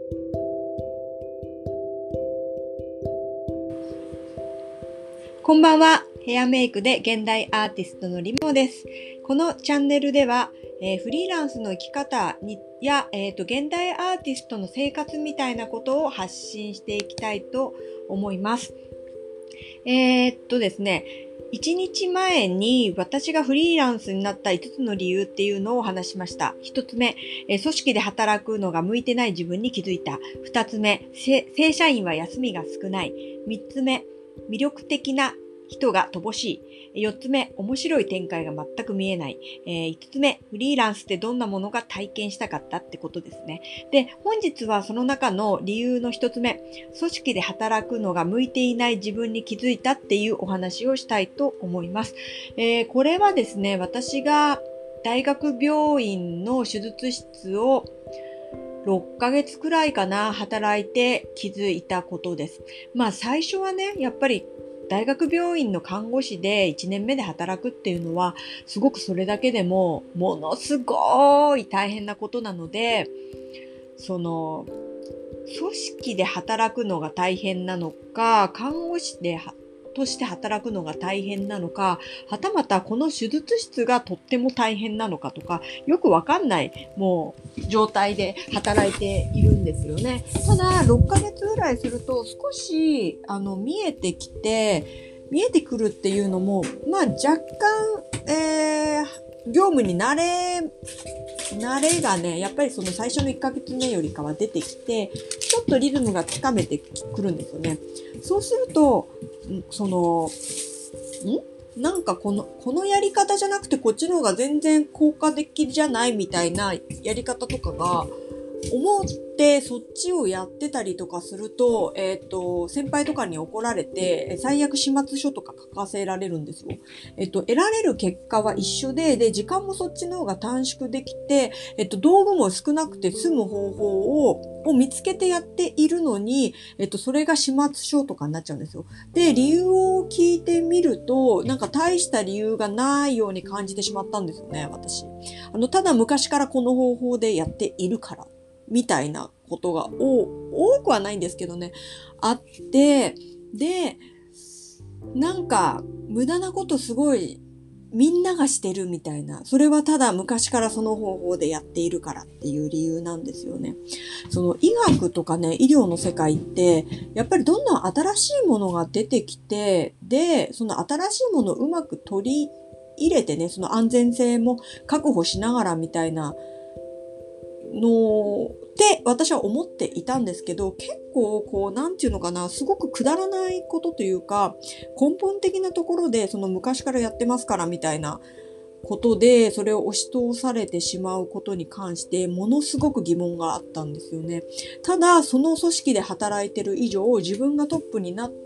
こんばんは。ヘアメイクで現代アーティストのリモです。このチャンネルでは、フリーランスの生き方や、現代アーティストの生活みたいなことを発信していきたいと思います。ですね、1日前に私がフリーランスになった5つの理由っていうのを話しました。1つ目、組織で働くのが向いてない自分に気づいた。2つ目、正社員は休みが少ない。3つ目、魅力的な人が乏しい。4つ目、面白い展開が全く見えない。5つ目、フリーランスってどんなものが体験したかったってことですね。で、本日はその中の理由の1つ目、組織で働くのが向いていない自分に気づいたっていうお話をしたいと思います。これはですね、私が大学病院の手術室を6ヶ月くらいかな、働いて気づいたことです。最初はね、やっぱり大学病院の看護師で1年目で働くっていうのは、すごくそれだけでもものすごい大変なことなので、組織で働くのが大変なのか、看護師として働くのが大変なのか、はたまたこの手術室がとっても大変なのかとか、よくわかんない状態で働いているんですよね。ただ6ヶ月ぐらいすると少し見えてくるっていうのも若干、業務に慣れがね、やっぱりその最初の1ヶ月目よりかは出てきて、ちょっとリズムがつかめてくるんですよね。そうすると、なんかこのやり方じゃなくてこっちの方が全然効果的じゃないみたいなやり方とかが思ってそっちをやってたりとかすると、先輩とかに怒られて、最悪始末書とか書かせられるんですよ。得られる結果は一緒で、時間もそっちの方が短縮できて、道具も少なくて済む方法を見つけてやっているのに、それが始末書とかになっちゃうんですよ。で、理由を聞いてみると、なんか大した理由がないように感じてしまったんですよね、私。ただ昔からこの方法でやっているから。みたいなことが多くはないんですけどね、あって、で、なんか無駄なことすごいみんながしてるみたいな、それはただ昔からその方法でやっているからっていう理由なんですよね。その医学とかね、医療の世界って、やっぱりどんどん新しいものが出てきて、で、その新しいものをうまく取り入れてね、その安全性も確保しながらみたいな、って私は思っていたんですけど、結構なんていうのかな、すごくくだらないことというか、根本的なところでその昔からやってますからみたいなことで、それを押し通されてしまうことに関してものすごく疑問があったんですよね。ただその組織で働いてる以上、自分がトップになって、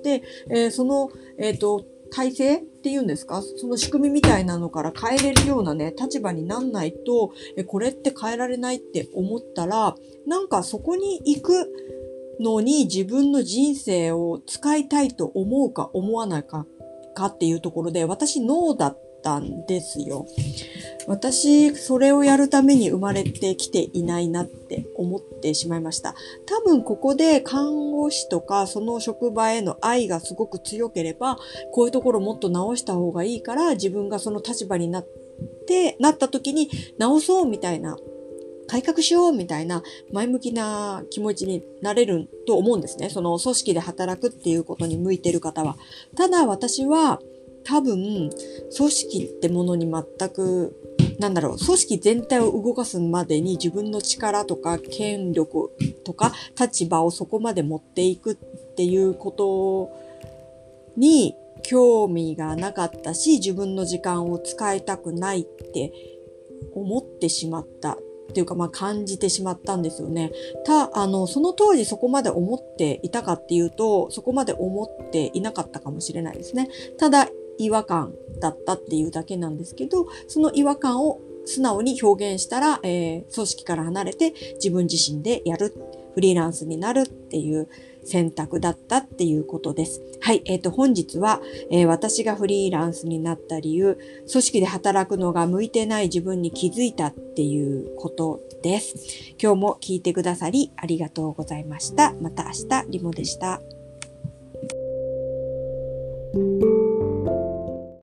体制っていうんですか、その仕組みみたいなのから変えれるようなね、立場になんないと、これって変えられないって思ったら、なんかそこに行くのに自分の人生を使いたいと思うか思わないかっていうところで、私ノーだったんですよ。私、それをやるために生まれてきていないなって思ってしまいました。多分ここで看護師とかその職場への愛がすごく強ければ、こういうところもっと直した方がいいから、自分がその立場になった時に直そうみたいな、改革しようみたいな前向きな気持ちになれると思うんですね。その組織で働くっていうことに向いてる方は。ただ私は多分組織ってものに全く組織全体を動かすまでに自分の力とか権力とか立場をそこまで持っていくっていうことに興味がなかったし、自分の時間を使いたくないって思ってしまったっていうか、感じてしまったんですよね。その当時そこまで思っていたかっていうと、そこまで思っていなかったかもしれないですね。ただ違和感だったっていうだけなんですけど、その違和感を素直に表現したら、組織から離れて自分自身でやる。フフリーランスになるっていう選択だったっていうことです。はい、本日は、私がフリーランスになった理由、組織で働くのが向いてない自分に気づいたっていうことです。今日も聞いてくださりありがとうございました。また明日、リモでした。